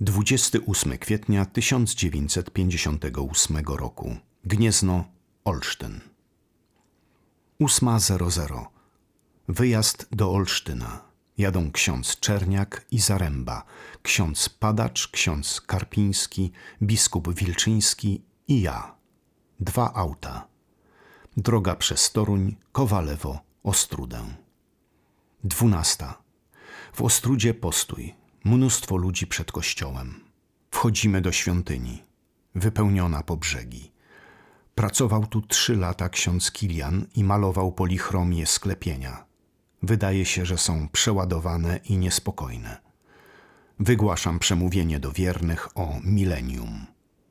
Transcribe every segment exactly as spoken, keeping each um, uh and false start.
dwudziestego ósmego kwietnia tysiąc dziewięćset pięćdziesiątego ósmego roku. Gniezno, Olsztyn. ósma zero zero. Wyjazd do Olsztyna. Jadą ksiądz Czerniak i Zaręba, ksiądz Padacz, ksiądz Karpiński, biskup Wilczyński i ja. Dwa auta. Droga przez Toruń, Kowalewo, Ostródę. Dwunasta. W Ostródzie postój. Mnóstwo ludzi przed kościołem. Wchodzimy do świątyni. Wypełniona po brzegi. Pracował tu trzy lata ksiądz Kilian i malował polichromię sklepienia. Wydaje się, że są przeładowane i niespokojne. Wygłaszam przemówienie do wiernych o milenium.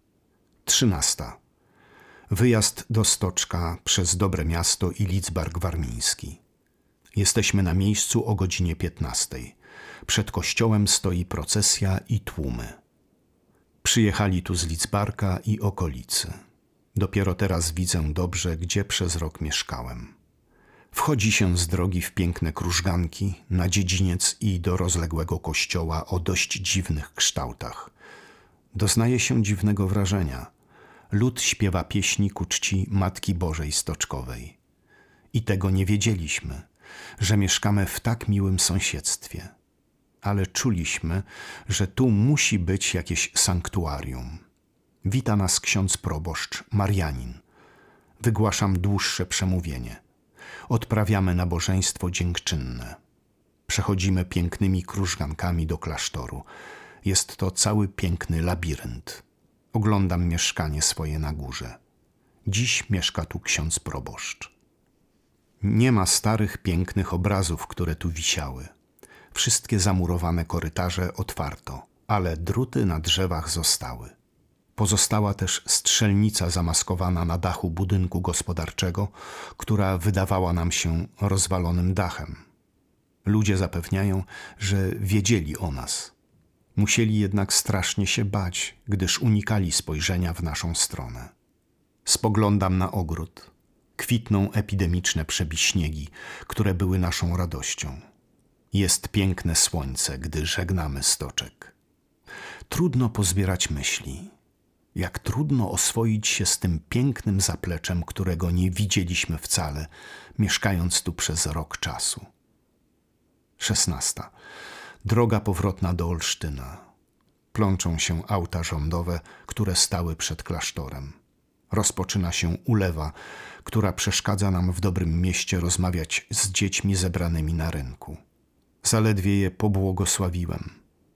Trzynasta. Wyjazd do Stoczka przez Dobre Miasto i Lidzbark Warmiński. Jesteśmy na miejscu o godzinie piętnastej. Przed kościołem stoi procesja i tłumy. Przyjechali tu z Lidzbarka i okolicy. Dopiero teraz widzę dobrze, gdzie przez rok mieszkałem. Wchodzi się z drogi w piękne krużganki, na dziedziniec i do rozległego kościoła o dość dziwnych kształtach. Doznaje się dziwnego wrażenia. Lud śpiewa pieśni ku czci Matki Bożej Stoczkowej. I tego nie wiedzieliśmy, że mieszkamy w tak miłym sąsiedztwie. Ale czuliśmy, że tu musi być jakieś sanktuarium. Wita nas ksiądz proboszcz, Marianin. Wygłaszam dłuższe przemówienie. Odprawiamy nabożeństwo dziękczynne. Przechodzimy pięknymi krużgankami do klasztoru. Jest to cały piękny labirynt. Oglądam mieszkanie swoje na górze. Dziś mieszka tu ksiądz proboszcz. Nie ma starych, pięknych obrazów, które tu wisiały. Wszystkie zamurowane korytarze otwarto, ale druty na drzewach zostały. Pozostała też strzelnica zamaskowana na dachu budynku gospodarczego, która wydawała nam się rozwalonym dachem. Ludzie zapewniają, że wiedzieli o nas. Musieli jednak strasznie się bać, gdyż unikali spojrzenia w naszą stronę. Spoglądam na ogród. Kwitną epidemiczne przebiśniegi, które były naszą radością. Jest piękne słońce, gdy żegnamy Stoczek. Trudno pozbierać myśli. Jak trudno oswoić się z tym pięknym zapleczem, którego nie widzieliśmy wcale, mieszkając tu przez rok czasu. Szesnasta. Droga powrotna do Olsztyna. Plączą się auta rządowe, które stały przed klasztorem. Rozpoczyna się ulewa, która przeszkadza nam w dobrym mieście rozmawiać z dziećmi zebranymi na rynku. Zaledwie je pobłogosławiłem.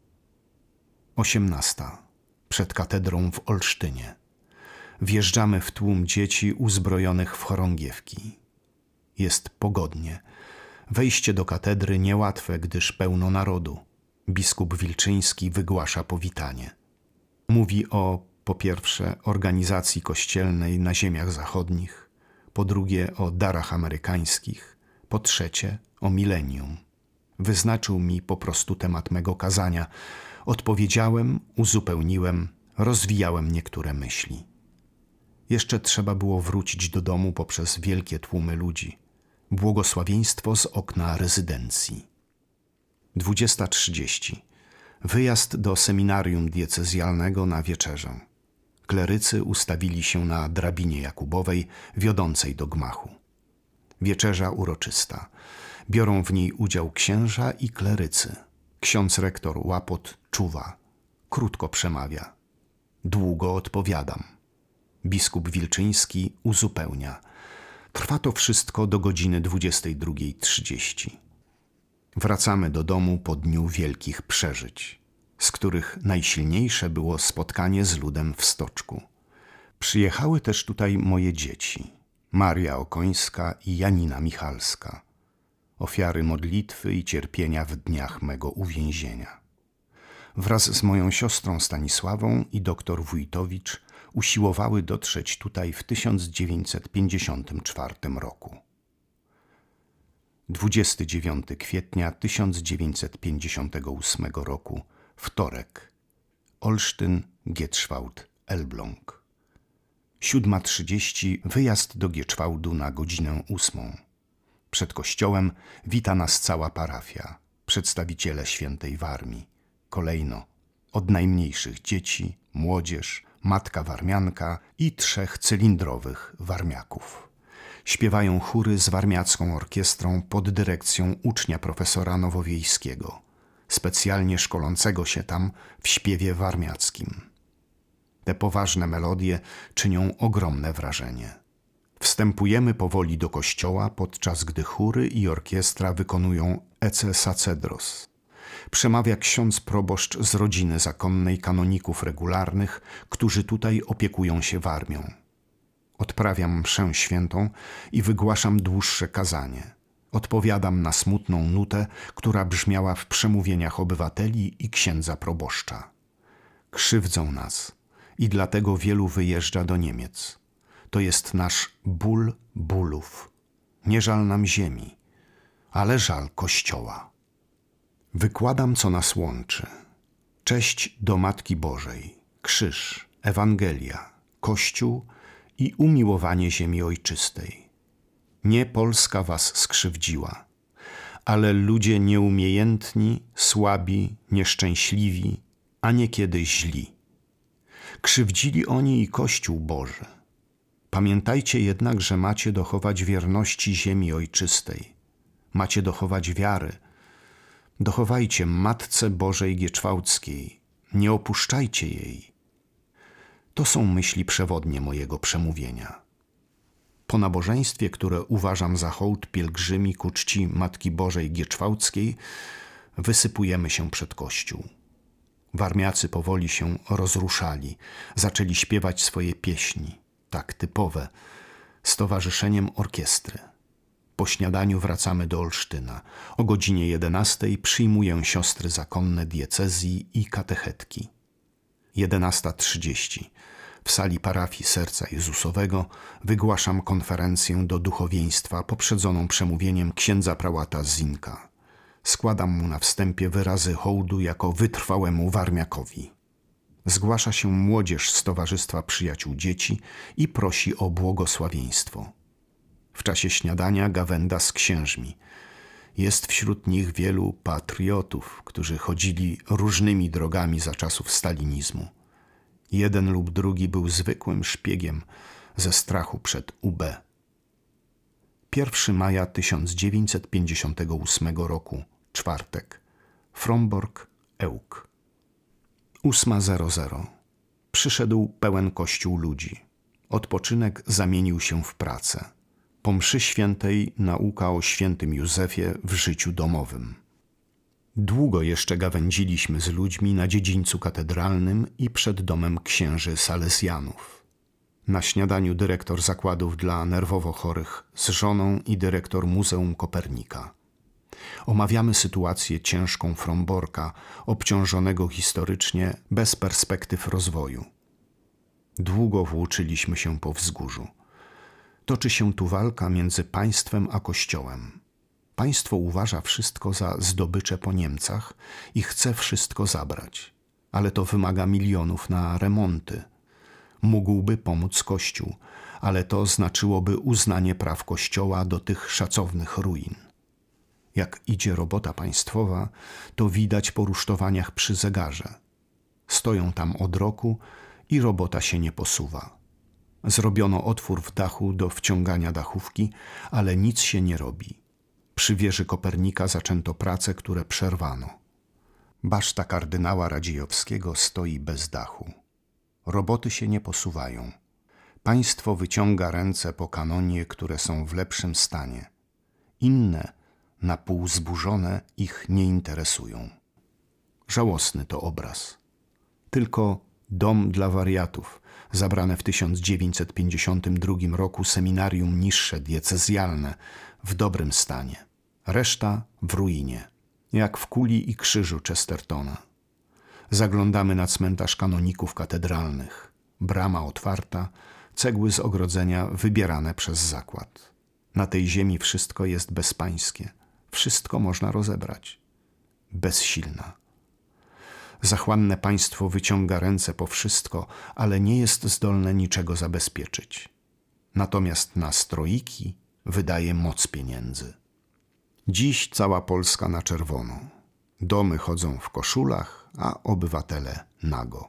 Osiemnasta. Przed katedrą w Olsztynie. Wjeżdżamy w tłum dzieci uzbrojonych w chorągiewki. Jest pogodnie. Wejście do katedry niełatwe, gdyż pełno narodu. Biskup Wilczyński wygłasza powitanie. Mówi o, po pierwsze, organizacji kościelnej na ziemiach zachodnich, po drugie o darach amerykańskich, po trzecie o milenium. Wyznaczył mi po prostu temat mego kazania. Odpowiedziałem, uzupełniłem, rozwijałem niektóre myśli. Jeszcze trzeba było wrócić do domu poprzez wielkie tłumy ludzi. Błogosławieństwo z okna rezydencji. dwudziesta trzydzieści. Wyjazd do seminarium diecezjalnego na wieczerzę. Klerycy ustawili się na drabinie jakubowej wiodącej do gmachu. Wieczerza uroczysta. Biorą w niej udział księża i klerycy. Ksiądz rektor Łapot czuwa. Krótko przemawia. Długo odpowiadam. Biskup Wilczyński uzupełnia. Trwa to wszystko do godziny dwudziestej drugiej trzydzieści. Wracamy do domu po dniu wielkich przeżyć, z których najsilniejsze było spotkanie z ludem w Stoczku. Przyjechały też tutaj moje dzieci, Maria Okońska i Janina Michalska, ofiary modlitwy i cierpienia w dniach mego uwięzienia. Wraz z moją siostrą Stanisławą i doktor Wójtowicz usiłowały dotrzeć tutaj w tysiąc dziewięćset pięćdziesiątym czwartym roku. dwudziestego dziewiątego kwietnia tysiąc dziewięćset pięćdziesiątego ósmego roku, wtorek, Olsztyn, Gietrzwałd, Elbląg. siódma trzydzieści, wyjazd do Gieczwałdu na godzinę ósmą. Przed kościołem wita nas cała parafia, przedstawiciele świętej Warmii. Kolejno od najmniejszych dzieci, młodzież, matka warmianka i trzech cylindrowych warmiaków. Śpiewają chóry z warmiacką orkiestrą pod dyrekcją ucznia profesora Nowowiejskiego, specjalnie szkolącego się tam w śpiewie warmiackim. Te poważne melodie czynią ogromne wrażenie. Wstępujemy powoli do kościoła, podczas gdy chóry i orkiestra wykonują Ecce Sacerdotales. Przemawia ksiądz proboszcz z rodziny zakonnej kanoników regularnych, którzy tutaj opiekują się warmią. Odprawiam mszę świętą i wygłaszam dłuższe kazanie. Odpowiadam na smutną nutę, która brzmiała w przemówieniach obywateli i księdza proboszcza. Krzywdzą nas i dlatego wielu wyjeżdża do Niemiec. To jest nasz ból bólów. Nie żal nam ziemi, ale żal Kościoła. Wykładam, co nas łączy. Cześć do Matki Bożej, krzyż, Ewangelia, Kościół i umiłowanie ziemi ojczystej. Nie Polska was skrzywdziła, ale ludzie nieumiejętni, słabi, nieszczęśliwi, a niekiedy źli. Krzywdzili oni i Kościół Boży. Pamiętajcie jednak, że macie dochować wierności ziemi ojczystej. Macie dochować wiary. Dochowajcie Matce Bożej Gieczwałckiej. Nie opuszczajcie jej. To są myśli przewodnie mojego przemówienia. Po nabożeństwie, które uważam za hołd pielgrzymi ku czci Matki Bożej Gieczwałckiej, wysypujemy się przed kościół. Warmiacy powoli się rozruszali, zaczęli śpiewać swoje pieśni, tak typowe, z towarzyszeniem orkiestry. Po śniadaniu wracamy do Olsztyna. O godzinie jedenastej przyjmuję siostry zakonne diecezji i katechetki. jedenasta trzydzieści. W sali parafii Serca Jezusowego wygłaszam konferencję do duchowieństwa poprzedzoną przemówieniem księdza prałata Zinka. Składam mu na wstępie wyrazy hołdu jako wytrwałemu warmiakowi. Zgłasza się młodzież z Towarzystwa Przyjaciół Dzieci i prosi o błogosławieństwo. W czasie śniadania gawęda z księżmi. Jest wśród nich wielu patriotów, którzy chodzili różnymi drogami za czasów stalinizmu. Jeden lub drugi był zwykłym szpiegiem ze strachu przed U B. pierwszego maja tysiąc dziewięćset pięćdziesiątego ósmego roku, czwartek, Frombork, Ełk. ósma zero zero. Przyszedł pełen kościół ludzi. Odpoczynek zamienił się w pracę. Po mszy świętej nauka o świętym Józefie w życiu domowym. Długo jeszcze gawędziliśmy z ludźmi na dziedzińcu katedralnym i przed domem księży Salezjanów. Na śniadaniu dyrektor zakładów dla nerwowo chorych z żoną i dyrektor Muzeum Kopernika. Omawiamy sytuację ciężką Fromborka, obciążonego historycznie, bez perspektyw rozwoju. Długo włóczyliśmy się po wzgórzu. Toczy się tu walka między państwem a Kościołem. Państwo uważa wszystko za zdobycze po Niemcach i chce wszystko zabrać, ale to wymaga milionów na remonty. Mógłby pomóc Kościół, ale to znaczyłoby uznanie praw Kościoła do tych szacownych ruin. Jak idzie robota państwowa, to widać po rusztowaniach przy zegarze. Stoją tam od roku i robota się nie posuwa. Zrobiono otwór w dachu do wciągania dachówki, ale nic się nie robi. Przy wieży Kopernika zaczęto prace, które przerwano. Baszta kardynała Radziejowskiego stoi bez dachu. Roboty się nie posuwają. Państwo wyciąga ręce po kanonie, które są w lepszym stanie. Inne, na pół zburzone, ich nie interesują. Żałosny to obraz. Tylko dom dla wariatów, zabrane w tysiąc dziewięćset pięćdziesiątym drugim roku seminarium niższe diecezjalne, w dobrym stanie. Reszta w ruinie, jak w kuli i krzyżu Chestertona. Zaglądamy na cmentarz kanoników katedralnych. Brama otwarta, cegły z ogrodzenia wybierane przez zakład. Na tej ziemi wszystko jest bezpańskie. Wszystko można rozebrać. Bezsilna. Zachłanne państwo wyciąga ręce po wszystko, ale nie jest zdolne niczego zabezpieczyć. Natomiast na stroiki wydaje moc pieniędzy. Dziś cała Polska na czerwono. Domy chodzą w koszulach, a obywatele nago.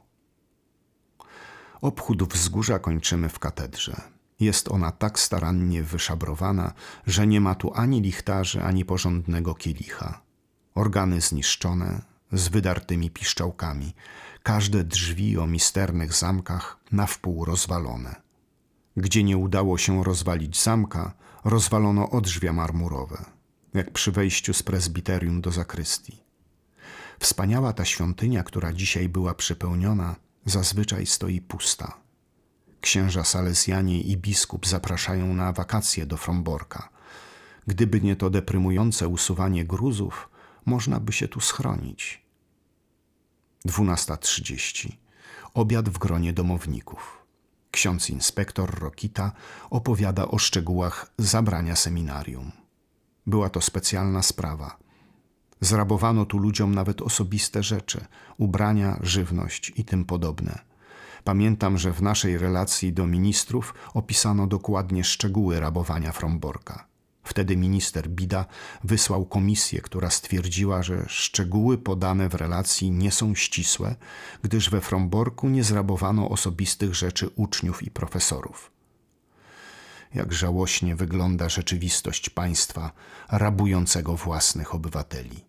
Obchód wzgórza kończymy w katedrze. Jest ona tak starannie wyszabrowana, że nie ma tu ani lichtarzy, ani porządnego kielicha. Organy zniszczone, z wydartymi piszczałkami. Każde drzwi o misternych zamkach na wpół rozwalone. Gdzie nie udało się rozwalić zamka, rozwalono odrzwia marmurowe, jak przy wejściu z prezbiterium do zakrystii. Wspaniała ta świątynia, która dzisiaj była przepełniona, zazwyczaj stoi pusta. Księża salezjanie i biskup zapraszają na wakacje do Fromborka. Gdyby nie to deprymujące usuwanie gruzów, można by się tu schronić. dwunasta trzydzieści. Obiad w gronie domowników. Ksiądz inspektor Rokita opowiada o szczegółach zabrania seminarium. Była to specjalna sprawa. Zrabowano tu ludziom nawet osobiste rzeczy, ubrania, żywność i tym podobne. Pamiętam, że w naszej relacji do ministrów opisano dokładnie szczegóły rabowania Fromborka. Wtedy minister Bida wysłał komisję, która stwierdziła, że szczegóły podane w relacji nie są ścisłe, gdyż we Fromborku nie zrabowano osobistych rzeczy uczniów i profesorów. Jak żałośnie wygląda rzeczywistość państwa rabującego własnych obywateli.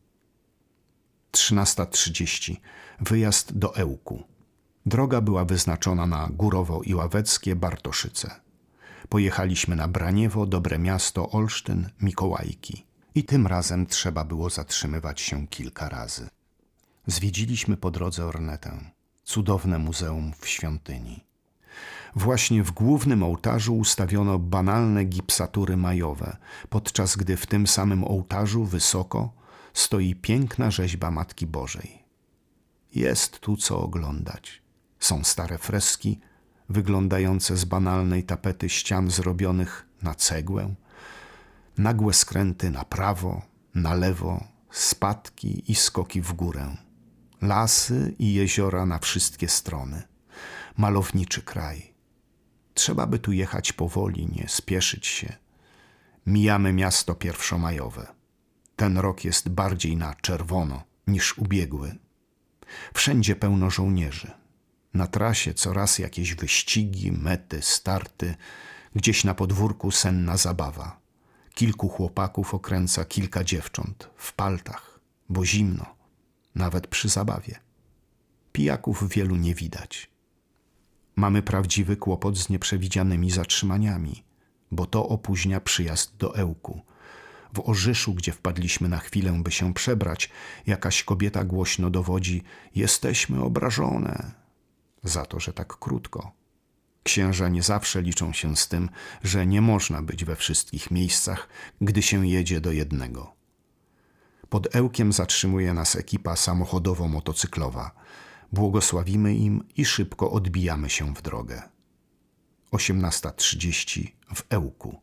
trzynasta trzydzieści. Wyjazd do Ełku. Droga była wyznaczona na Górowo i Ławeckie, Bartoszyce. Pojechaliśmy na Braniewo, Dobre Miasto, Olsztyn, Mikołajki. I tym razem trzeba było zatrzymywać się kilka razy. Zwiedziliśmy po drodze Ornetę, cudowne muzeum w świątyni. Właśnie w głównym ołtarzu ustawiono banalne gipsatury majowe, podczas gdy w tym samym ołtarzu wysoko stoi piękna rzeźba Matki Bożej. Jest tu co oglądać. Są stare freski, wyglądające z banalnej tapety ścian zrobionych na cegłę, nagłe skręty na prawo, na lewo, spadki i skoki w górę, lasy i jeziora na wszystkie strony. Malowniczy kraj. Trzeba by tu jechać powoli, nie spieszyć się. Mijamy miasto pierwszomajowe. Ten rok jest bardziej na czerwono niż ubiegły. Wszędzie pełno żołnierzy. Na trasie coraz jakieś wyścigi, mety, starty. Gdzieś na podwórku senna zabawa. Kilku chłopaków okręca kilka dziewcząt w paltach, bo zimno, nawet przy zabawie. Pijaków wielu nie widać. Mamy prawdziwy kłopot z nieprzewidzianymi zatrzymaniami, bo to opóźnia przyjazd do Ełku. W Orzyszu, gdzie wpadliśmy na chwilę, by się przebrać, jakaś kobieta głośno dowodzi: jesteśmy obrażone. Za to, że tak krótko. Księża nie zawsze liczą się z tym, że nie można być we wszystkich miejscach, gdy się jedzie do jednego. Pod Ełkiem zatrzymuje nas ekipa samochodowo-motocyklowa. Błogosławimy im i szybko odbijamy się w drogę. osiemnasta trzydzieści w Ełku.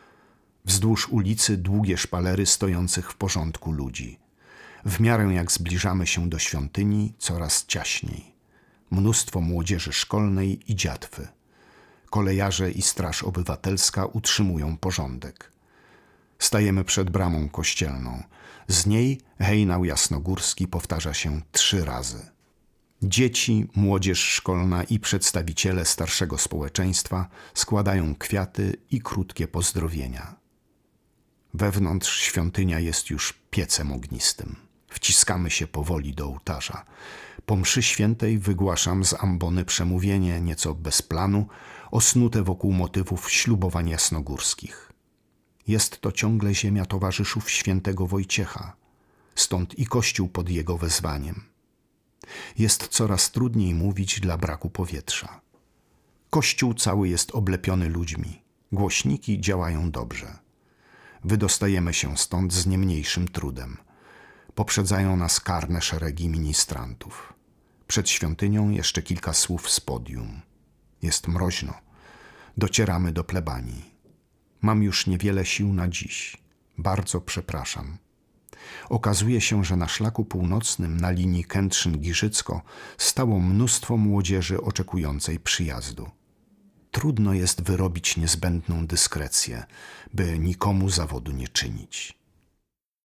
Wzdłuż ulicy długie szpalery stojących w porządku ludzi. W miarę jak zbliżamy się do świątyni, coraz ciaśniej. Mnóstwo młodzieży szkolnej i dziatwy. Kolejarze i straż obywatelska utrzymują porządek. Stajemy przed bramą kościelną. Z niej hejnał jasnogórski powtarza się trzy razy. Dzieci, młodzież szkolna i przedstawiciele starszego społeczeństwa składają kwiaty i krótkie pozdrowienia. Wewnątrz świątynia jest już piecem ognistym. Wciskamy się powoli do ołtarza. Po mszy świętej wygłaszam z ambony przemówienie, nieco bez planu, osnute wokół motywów ślubowań jasnogórskich. Jest to ciągle ziemia towarzyszów świętego Wojciecha, stąd i Kościół pod jego wezwaniem. Jest coraz trudniej mówić dla braku powietrza. Kościół cały jest oblepiony ludźmi. Głośniki działają dobrze. Wydostajemy się stąd z nie mniejszym trudem. Poprzedzają nas karne szeregi ministrantów. Przed świątynią jeszcze kilka słów z podium. Jest mroźno. Docieramy do plebanii. Mam już niewiele sił na dziś. Bardzo przepraszam. Okazuje się, że na szlaku północnym na linii Kętrzyn-Giżycko stało mnóstwo młodzieży oczekującej przyjazdu. Trudno jest wyrobić niezbędną dyskrecję, by nikomu zawodu nie czynić.